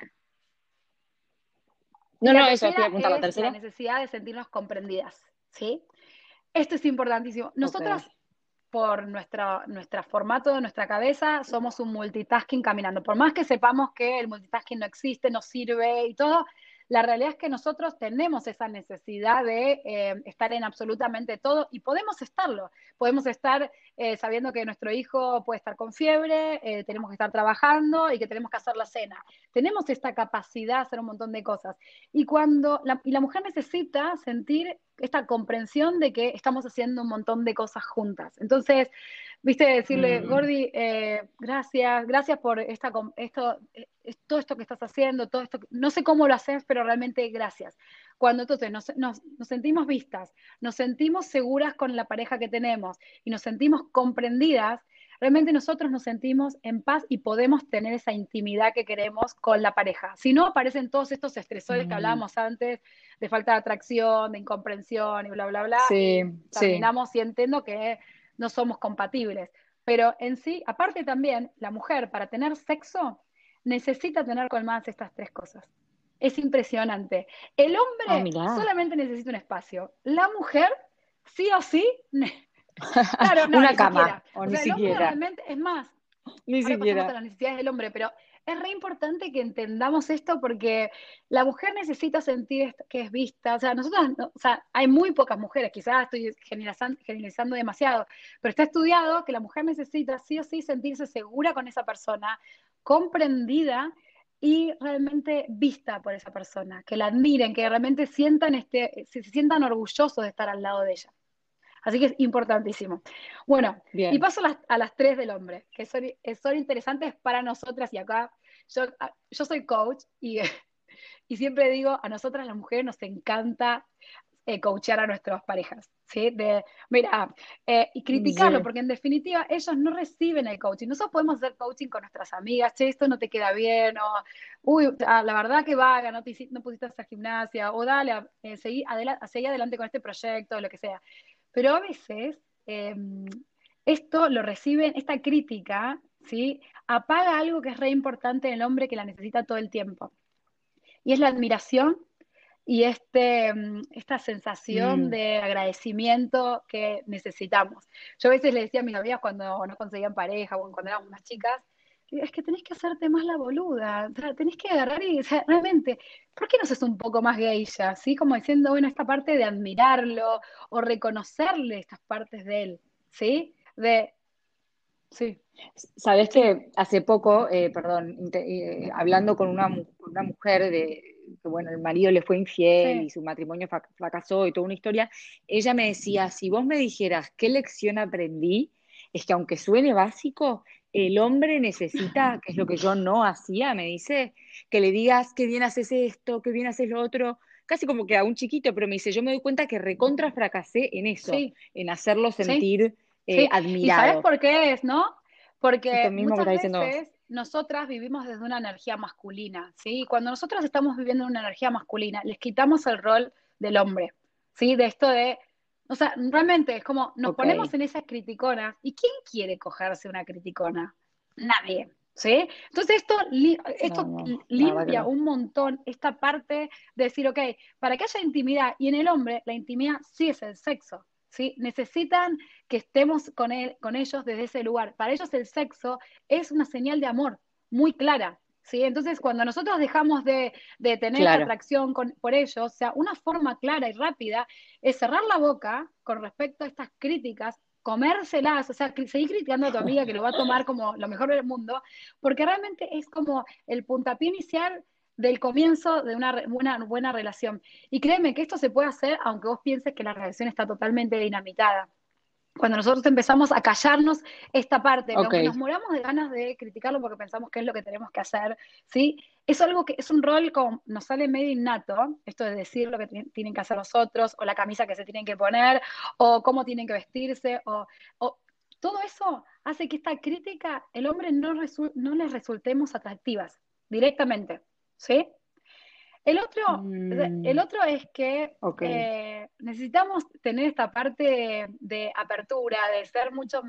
y No, la no, eso, te iba tercera a preguntar la es la tercera. necesidad de sentirnos comprendidas, ¿sí? Esto es importantísimo. Ok. Nosotras, por nuestro formato de nuestra cabeza, somos un multitasking caminando. Por más que sepamos que el multitasking no existe, no sirve y todo, la realidad es que nosotros tenemos esa necesidad de estar en absolutamente todo y podemos estarlo. Podemos estar sabiendo que nuestro hijo puede estar con fiebre, tenemos que estar trabajando y que tenemos que hacer la cena. Tenemos esta capacidad de hacer un montón de cosas. Y la mujer necesita sentir esta comprensión de que estamos haciendo un montón de cosas juntas. Entonces, viste, decirle, Mm, Gordi, gracias por todo esto que estás haciendo, todo esto, no sé cómo lo haces, pero realmente gracias. Cuando entonces nos sentimos vistas, nos sentimos seguras con la pareja que tenemos y nos sentimos comprendidas, realmente nosotros nos sentimos en paz y podemos tener esa intimidad que queremos con la pareja. Si no, aparecen todos estos estresores que mm, hablábamos antes, de falta de atracción, de incomprensión y bla, bla, bla, sí, y sí. terminamos sintiendo que no somos compatibles. Pero en sí, aparte también, la mujer para tener sexo necesita tener colmadas estas tres cosas. Es impresionante. El Ah, hombre mirá. solamente necesita un espacio. La mujer, sí o sí, claro, no, Una ni cama, siquiera. o O ni sea, el hombre siquiera, realmente, es más, ni ahora pasamos a siquiera. las necesidades del hombre, pero es re importante que entendamos esto porque la mujer necesita sentir que es vista. O sea, nosotros, o sea, hay muy pocas mujeres, quizás estoy generalizando demasiado, pero está estudiado que la mujer necesita sí o sí sentirse segura con esa persona, comprendida y realmente vista por esa persona, que la admiren, que realmente se sientan orgullosos de estar al lado de ella. Así que es importantísimo. Bueno, y Bien. paso a las tres del hombre, que son interesantes para nosotras y acá yo soy coach y siempre digo, a nosotras las mujeres nos encanta coachear a nuestras parejas, ¿sí? Mira, y criticarlo, Sí. porque en definitiva ellos no reciben el coaching. Nosotros podemos hacer coaching con nuestras amigas, che, esto no te queda bien, o, uy, la verdad que vaga, no pusiste esa gimnasia, o dale, seguí adelante con este proyecto, lo que sea. Pero a veces esto lo reciben, esta crítica, ¿sí? Apaga algo que es re importante en el hombre que la necesita todo el tiempo. Y es la admiración y esta sensación Mm. de agradecimiento que necesitamos. Yo a veces le decía a mis amigas cuando no conseguían pareja o cuando éramos más chicas, es que tenés que hacerte más la boluda, o sea, tenés que agarrar y, o sea, realmente, ¿por qué no sos un poco más geisha? ¿Sí? Como diciendo, bueno, esta parte de admirarlo o reconocerle estas partes de él, ¿sí? Sí, Sabes sí, que hace poco, perdón, hablando con con una mujer que, bueno, el marido le fue infiel y sí, su matrimonio fracasó y toda una historia, ella me decía, si vos me dijeras qué lección aprendí, es que aunque suene básico, el hombre necesita, que es lo que yo no hacía, me dice, que le digas qué bien haces esto, qué bien haces lo otro, casi como que a un chiquito, pero me dice, yo me doy cuenta que recontra fracasé en eso, sí, en hacerlo sí. sentir Sí, ¿y sabes admirado. por qué es, no? Esto Porque mismo que está muchas diciendo vos. veces nosotras vivimos desde una energía masculina, ¿sí? Y cuando nosotros estamos viviendo una energía masculina, les quitamos el rol del hombre, ¿sí? De esto de, o sea, realmente es como nos Ok, ponemos en esas criticonas. ¿Y quién quiere cogerse una criticona? Nadie, ¿sí? Entonces no, esto no, la verdad que limpia no. un montón esta parte de decir, ok, para que haya intimidad, y en el hombre la intimidad sí es el sexo, ¿sí? Necesitan que estemos con ellos desde ese lugar. Para ellos el sexo es una señal de amor muy clara, ¿sí? Entonces, cuando nosotros dejamos de tener esta Claro, atracción por ellos, o sea, una forma clara y rápida es cerrar la boca con respecto a estas críticas, comérselas, o sea, seguir criticando a tu amiga que lo va a tomar como lo mejor del mundo, porque realmente es como el puntapié inicial del comienzo de una buena relación. Y créeme que esto se puede hacer aunque vos pienses que la relación está totalmente dinamitada. Cuando nosotros empezamos a callarnos esta parte, ok, aunque nos moramos de ganas de criticarlo porque pensamos que es lo que tenemos que hacer, ¿sí? Es algo que es un rol como nos sale medio innato, esto de decir lo que tienen que hacer los otros, o la camisa que se tienen que poner, o cómo tienen que vestirse, o todo eso hace que esta crítica, el hombre no les resultemos atractivas directamente, ¿sí? El otro, el mm, otro es que ok, necesitamos tener esta parte de apertura, de ser mucho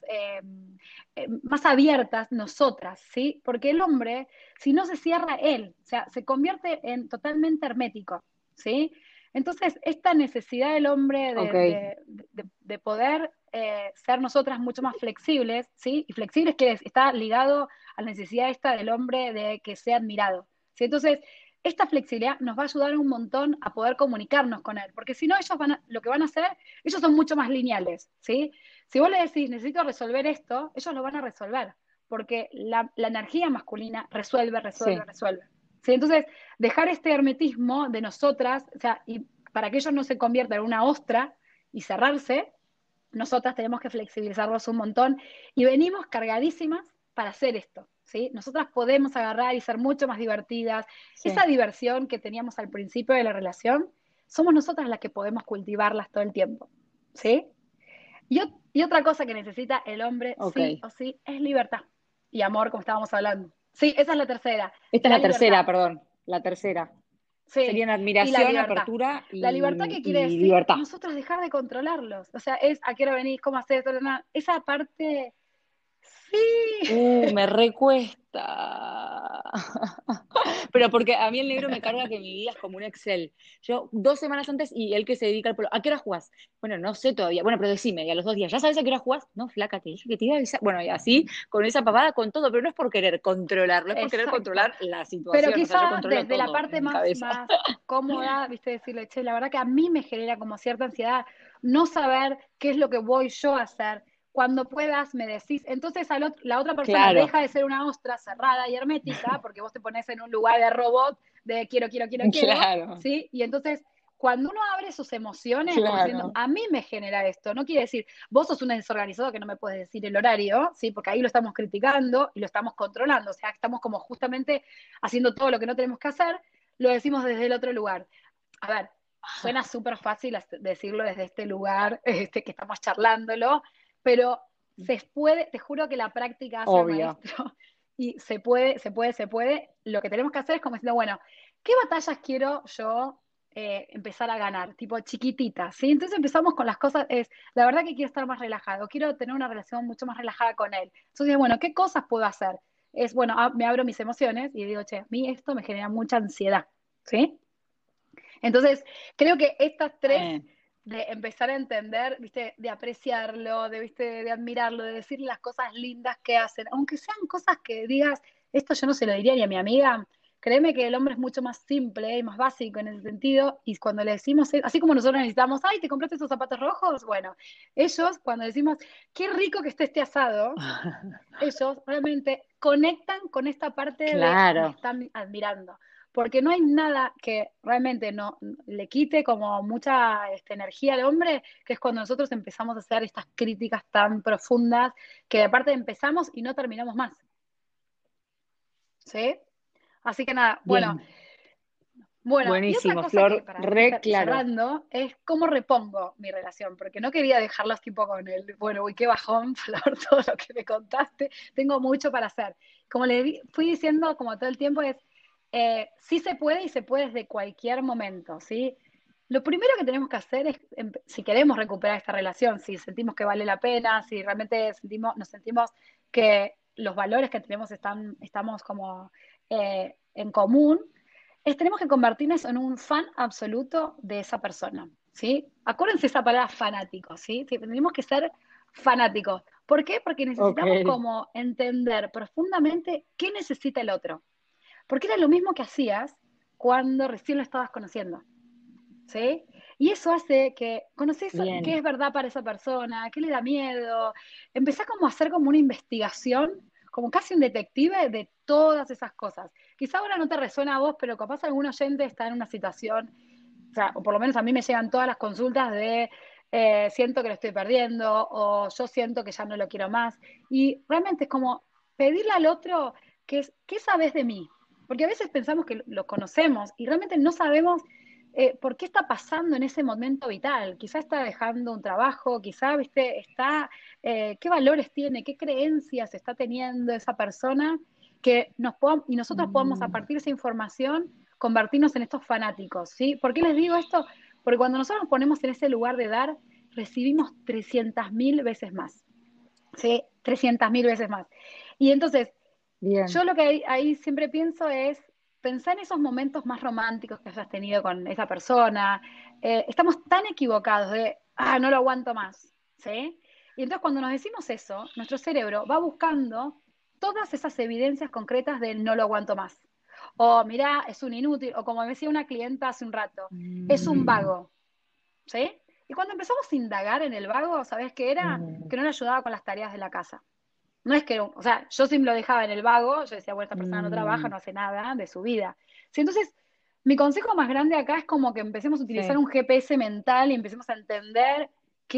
más abiertas nosotras, ¿sí? Porque el hombre, si no se cierra él, o sea, se convierte en totalmente hermético, ¿sí? Entonces, esta necesidad del hombre ok, de poder ser nosotras mucho más flexibles, ¿sí? Y flexibles que está ligado a la necesidad esta del hombre de que sea admirado, ¿sí? Entonces, esta flexibilidad nos va a ayudar un montón a poder comunicarnos con él, porque si no, lo que van a hacer, ellos son mucho más lineales, ¿sí? Si vos le decís, necesito resolver esto, ellos lo van a resolver, porque la energía masculina resuelve, resuelve, sí, resuelve. ¿Sí? Entonces, dejar este hermetismo de nosotras, o sea, y para que ellos no se conviertan en una ostra y cerrarse, nosotras tenemos que flexibilizarlos un montón y venimos cargadísimas para hacer esto, ¿sí? Nosotras podemos agarrar y ser mucho más divertidas. Esa sí, diversión que teníamos al principio de la relación, somos nosotras las que podemos cultivarlas todo el tiempo, ¿sí? Y otra cosa que necesita el hombre, ok. sí o sí, es libertad y amor, como estábamos hablando. Sí, esa es la tercera, Esta es la la libertad. tercera, perdón, la tercera. Sí, Serían y la admiración, libertad. apertura La libertad, ¿qué quiere y decir? libertad. Nosotras dejar de controlarlos. O sea, es a qué hora venís, cómo hacer, esa parte, sí. Me recuesta. Pero porque a mí el negro me carga que mi vida es como un Excel. Yo 2 semanas antes y él que se dedica al polo. ¿A qué hora jugás? Bueno, no sé todavía. Bueno, pero decime, y a los 2 días, ¿ya sabes a qué hora jugás? No, flaca, te dije que te iba a avisar. Bueno, y así, con esa papada, con todo, pero no es por querer controlarlo, es por querer Exacto. controlar la Pero situación. O sea, yo quizá controlo desde la todo en parte mi más, cabeza. más cómoda, viste, decirle, che, la verdad que a mí me genera como cierta ansiedad no saber qué es lo que voy yo a hacer. Cuando puedas, me decís. Entonces la otra persona Claro, deja de ser una ostra cerrada y hermética, porque vos te pones en un lugar de robot de quiero, quiero, quiero, quiero, claro. ¿sí? Y entonces cuando uno abre sus emociones, como diciendo, Claro. a mí me genera esto, no quiere decir, vos sos una desorganizada que no me puedes decir el horario, ¿sí? Porque ahí lo estamos criticando y lo estamos controlando, o sea, estamos como justamente haciendo todo lo que no tenemos que hacer, lo decimos desde el otro lugar. A ver, suena súper fácil decirlo desde este lugar, que estamos charlándolo, pero se puede, te juro que la práctica hace al Obvio. maestro y se puede, se puede, se puede. Lo que tenemos que hacer es como diciendo, bueno, ¿qué batallas quiero yo empezar a ganar? Tipo chiquititas, ¿sí? Entonces empezamos con las cosas, es, la verdad que quiero estar más relajado, quiero tener una relación mucho más relajada con él. Entonces, bueno, ¿qué cosas puedo hacer? Es, bueno, me abro mis emociones y digo, che, a mí esto me genera mucha ansiedad, ¿sí? Entonces, creo que estas tres, Eh, de empezar a entender, ¿viste? De apreciarlo, de, ¿viste? De admirarlo, de decirle las cosas lindas que hacen, aunque sean cosas que digas, esto yo no se lo diría ni a mi amiga, créeme que el hombre es mucho más simple y más básico en ese sentido, y cuando le decimos, así como nosotros necesitamos, ay, ¿te compraste esos zapatos rojos? Bueno, ellos cuando decimos, qué rico que esté este asado, ellos realmente conectan con esta parte de me claro. están admirando. Porque no hay nada que realmente no le quite como mucha energía al hombre, que es cuando nosotros empezamos a hacer estas críticas tan profundas, que aparte empezamos y no terminamos más. ¿Sí? Así que nada, bueno, Bien. bueno, y otra Buenísimo, cosa que Flor. para ir Re claro. cerrando es cómo repongo mi relación, porque no quería dejarlas tipo con el, bueno, uy, qué bajón, Flor, todo lo que me contaste, tengo mucho para hacer. Como fui diciendo como todo el tiempo es, sí se puede y se puede desde cualquier momento, ¿sí? Lo primero que tenemos que hacer es, si queremos recuperar esta relación, si sentimos que vale la pena, si realmente nos sentimos que los valores que tenemos estamos como en común, tenemos que convertirnos en un fan absoluto de esa persona, ¿sí? Acuérdense esa palabra fanático, ¿sí? Tenemos que ser fanáticos. ¿Por qué? Porque Ok. necesitamos como entender profundamente qué necesita el otro. Porque era lo mismo que hacías cuando recién lo estabas conociendo, ¿sí? Y eso hace que conoces qué Bien. es verdad para esa persona, qué le da miedo. Empezás como a hacer como una investigación, como casi un detective de todas esas cosas. Quizá ahora no te resuena a vos, pero capaz algún oyente está en una situación, o sea, o por lo menos a mí me llegan todas las consultas de siento que lo estoy perdiendo o yo siento que ya no lo quiero más. Y realmente es como pedirle al otro que es, ¿qué sabes de mí? Porque a veces pensamos que lo conocemos y realmente no sabemos por qué está pasando en ese momento vital. Quizá está dejando un trabajo, quizá, viste, está, qué valores tiene, qué creencias está teniendo esa persona, que y nosotros podamos, a Mm, partir de esa información, convertirnos en estos fanáticos, ¿sí? ¿Por qué les digo esto? Porque cuando nosotros nos ponemos en ese lugar de dar, recibimos 300.000 veces más, ¿sí? 300.000 veces más. Y entonces, yo bien. lo que ahí siempre pienso es pensar en esos momentos más románticos que hayas tenido con esa persona. Estamos tan equivocados de, no lo aguanto más, ¿sí? Y entonces cuando nos decimos eso, nuestro cerebro va buscando todas esas evidencias concretas del no lo aguanto más. O mirá, es un inútil, o como me decía una clienta hace un rato, es un Mm, vago, ¿sí? Y cuando empezamos a indagar en el vago, ¿sabés qué era? mm, Que no le ayudaba con las tareas de la casa. No es que, o sea, yo siempre lo dejaba en el vago, yo decía, bueno, esta persona no trabaja, mm, no hace nada de su vida. Sí, entonces, mi consejo más grande acá es como que empecemos a utilizar sí. un GPS mental y empecemos a entender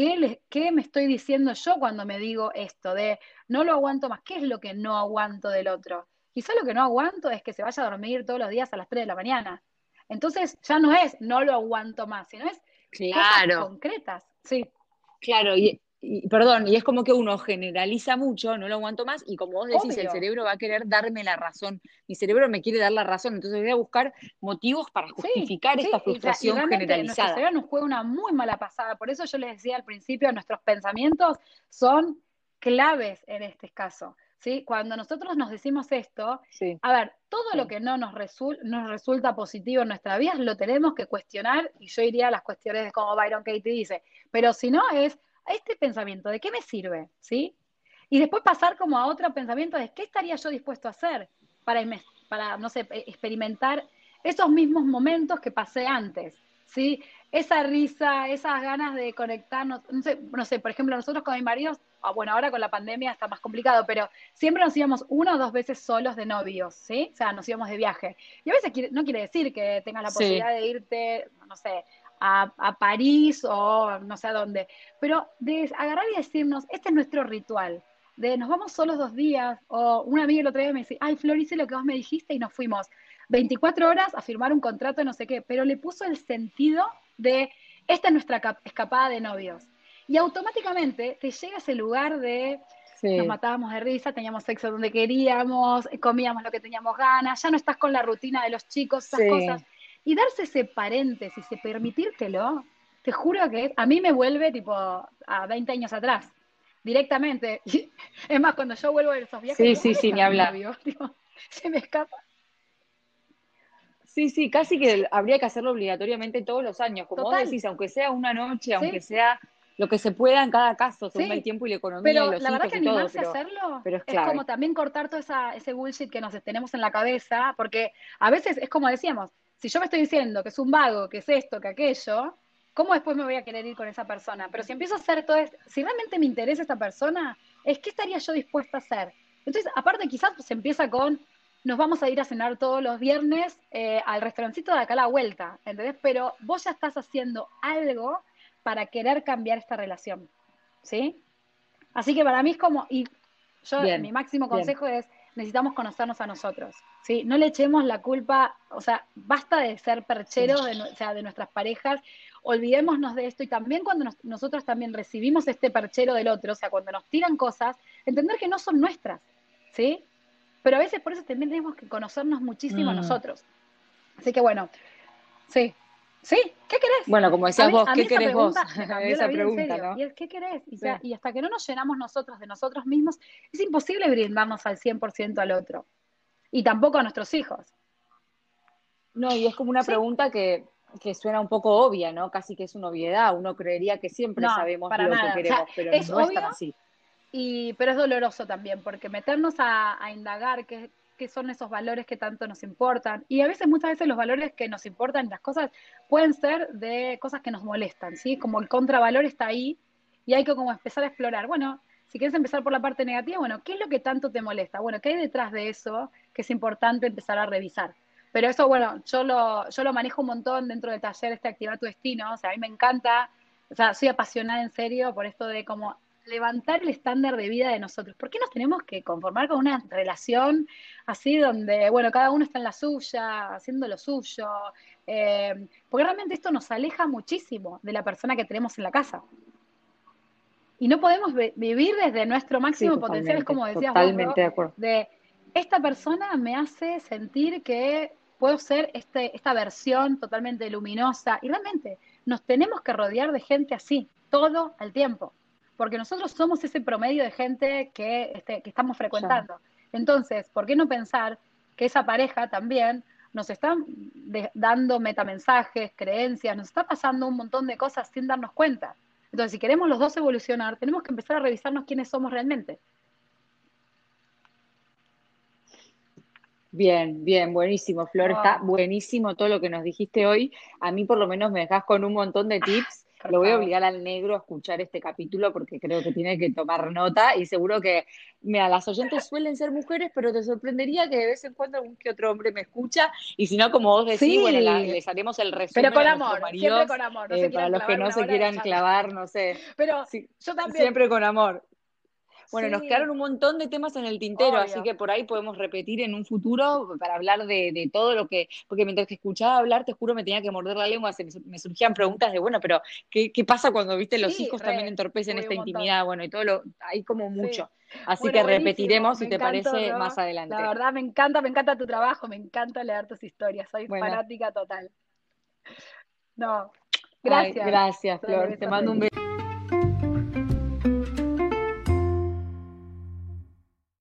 qué me estoy diciendo yo cuando me digo esto, de no lo aguanto más, qué es lo que no aguanto del otro. Quizá lo que no aguanto es que se vaya a dormir todos los días a las 3 de la mañana. Entonces, ya no es no lo aguanto más, sino es cosas Claro. concretas. Sí, Claro, perdón, y es como que uno generaliza mucho, no lo aguanto más, y como vos decís, el obvio. cerebro va a querer darme la razón. Mi cerebro me quiere dar la razón, entonces voy a buscar motivos para Sí, justificar esta sí, o sea, y frustración realmente nuestro generalizada. cerebro nos juega una muy mala pasada. Por eso yo les decía al principio, nuestros pensamientos son claves en este caso, ¿sí? Cuando nosotros nos decimos esto, Sí, a ver, todo lo sí. que no nos resulta positivo en nuestra vida lo tenemos que cuestionar, y yo iría a las cuestiones de como Byron Katie dice, pero si no es, este pensamiento, ¿de qué me sirve? ¿Sí? Y después pasar como a otro pensamiento de qué estaría yo dispuesto a hacer para no sé, experimentar esos mismos momentos que pasé antes, ¿sí? Esa risa, esas ganas de conectarnos, no sé, por ejemplo, nosotros con mi marido, bueno, ahora con la pandemia está más complicado, pero siempre nos íbamos una o dos veces solos de novios, ¿sí? O sea, nos íbamos de viaje. Y a veces no quiere decir que tengas la Sí, posibilidad de irte, no sé, a París o no sé a dónde, pero de agarrar y decirnos, este es nuestro ritual, de nos vamos solos 2 días, o una amiga el otro día me dice, ay, Flor, hice lo que vos me dijiste y nos fuimos 24 horas a firmar un contrato, no sé qué, pero le puso el sentido de, esta es nuestra escapada de novios. Y automáticamente te llega ese lugar de, nos Sí, matábamos de risa, teníamos sexo donde queríamos, comíamos lo que teníamos ganas, ya no estás con la rutina de los chicos, esas cosas. sí. Y darse ese paréntesis y permitírtelo, te juro que a mí me vuelve tipo a 20 años atrás, directamente. Es más, cuando yo vuelvo de esos viajes, Sí, digo, sí, ¿dónde sí, está ni mi hablar. novio? Tipo, se me escapa. Sí, sí, casi que habría que hacerlo obligatoriamente todos los años, como vos Total, decís, aunque sea una noche, aunque ¿sí? sea lo que se pueda en cada caso, según el Sí, tiempo y la economía y pero los la verdad hijos que y todo, animarse a hacerlo pero es es como clave. también cortar todo ese bullshit que nos tenemos en la cabeza, porque a veces es como decíamos, si yo me estoy diciendo que es un vago, que es esto, que aquello, ¿cómo después me voy a querer ir con esa persona? Pero si empiezo a hacer todo esto, si realmente me interesa esta persona, es qué estaría yo dispuesta a hacer. Entonces, aparte quizás se empieza con, nos vamos a ir a cenar todos los viernes al restaurancito de acá a la vuelta, ¿entendés? Pero vos ya estás haciendo algo para querer cambiar esta relación. ¿Sí? Así que para mí es como, y yo, mi Bien, máximo bien. consejo es, necesitamos conocernos a nosotros, ¿sí? No le echemos la culpa, o sea, basta de ser Sí. percheros o sea, de nuestras parejas, olvidémonos de esto y también cuando nosotros también recibimos este perchero del otro, o sea, cuando nos tiran cosas, entender que no son nuestras, ¿sí? Pero a veces por eso también tenemos que conocernos muchísimo a Mm. nosotros. Así que bueno, sí, sí, ¿qué querés? Bueno, como A decías mí, vos, a mí ¿qué esa querés vos? pregunta me cambió la Esa vida en pregunta, serio. ¿no? Y es, ¿qué querés? Sí. Y hasta que no nos llenamos nosotros de nosotros mismos, es imposible brindarnos al 100% al otro. Y tampoco a nuestros hijos. No, y es como una Sí, pregunta que suena un poco obvia, ¿no? Casi que es una obviedad. Uno creería que siempre no, sabemos para lo que nada. O sea, queremos, pero es no es tan obvio, así. pero es doloroso también, porque meternos a indagar qué son esos valores que tanto nos importan. Y a veces, muchas veces los valores que nos importan, las cosas, pueden ser de cosas que nos molestan, ¿sí? Como el contravalor está ahí y hay que como empezar a explorar. Bueno, si quieres empezar por la parte negativa, bueno, ¿qué es lo que tanto te molesta? Bueno, ¿qué hay detrás de eso que es importante empezar a revisar? Pero eso, bueno, yo lo manejo un montón dentro del taller Activar tu Destino. O sea, a mí me encanta, o sea, soy apasionada en serio por esto de como levantar el estándar de vida de nosotros. ¿Por qué nos tenemos que conformar con una relación así donde, bueno, cada uno está en la suya, haciendo lo suyo? Porque realmente esto nos aleja muchísimo de la persona que tenemos en la casa. Y no podemos vivir desde nuestro Sí, máximo potencial, es totalmente, como decías vos, Ro, totalmente de acuerdo. de esta persona me hace sentir que puedo ser esta versión totalmente luminosa. Y realmente nos tenemos que rodear de gente así, todo el tiempo. Porque nosotros somos ese promedio de gente que estamos Ya. frecuentando. Entonces, ¿por qué no pensar que esa pareja también nos está dando metamensajes, creencias, nos está pasando un montón de cosas sin darnos cuenta? Entonces, si queremos los dos evolucionar, tenemos que empezar a revisarnos quiénes somos realmente. Bien, bien, buenísimo, Flor. Está Oh, buenísimo todo lo que nos dijiste hoy. A mí por lo menos me dejas con un montón de tips. por Lo voy a favor. obligar al negro a escuchar este capítulo porque creo que tiene que tomar nota y seguro que, mira, las oyentes suelen ser mujeres, pero te sorprendería que de vez en cuando algún que otro hombre me escucha y si no, como vos decís, bueno, Sí, les haremos el pero resumen con a nuestros amor, siempre maridos, con amor. No se para quieran los que clavar no una se hora de quieran charla. clavar, no sé, Pero sí, yo también. siempre con amor. Bueno, nos quedaron Sí, un montón de temas en el tintero, así obvio. que por ahí podemos repetir en un futuro para hablar de todo lo que, porque mientras que escuchaba hablar, te juro, me tenía que morder la lengua, me surgían preguntas de, bueno, pero ¿qué pasa cuando, viste, los Sí, hijos también entorpecen uy, esta un montón. intimidad? Bueno, y todo lo, hay como Sí. mucho. Así Bueno, que buenísimo. repetiremos, Me si te encantó, parece, más Ro. La adelante. verdad, me encanta tu trabajo, me encanta leer tus historias. Soy Bueno, fanática total. No, ay, gracias. gracias, Dale, Flor. Te mando besote. un beso.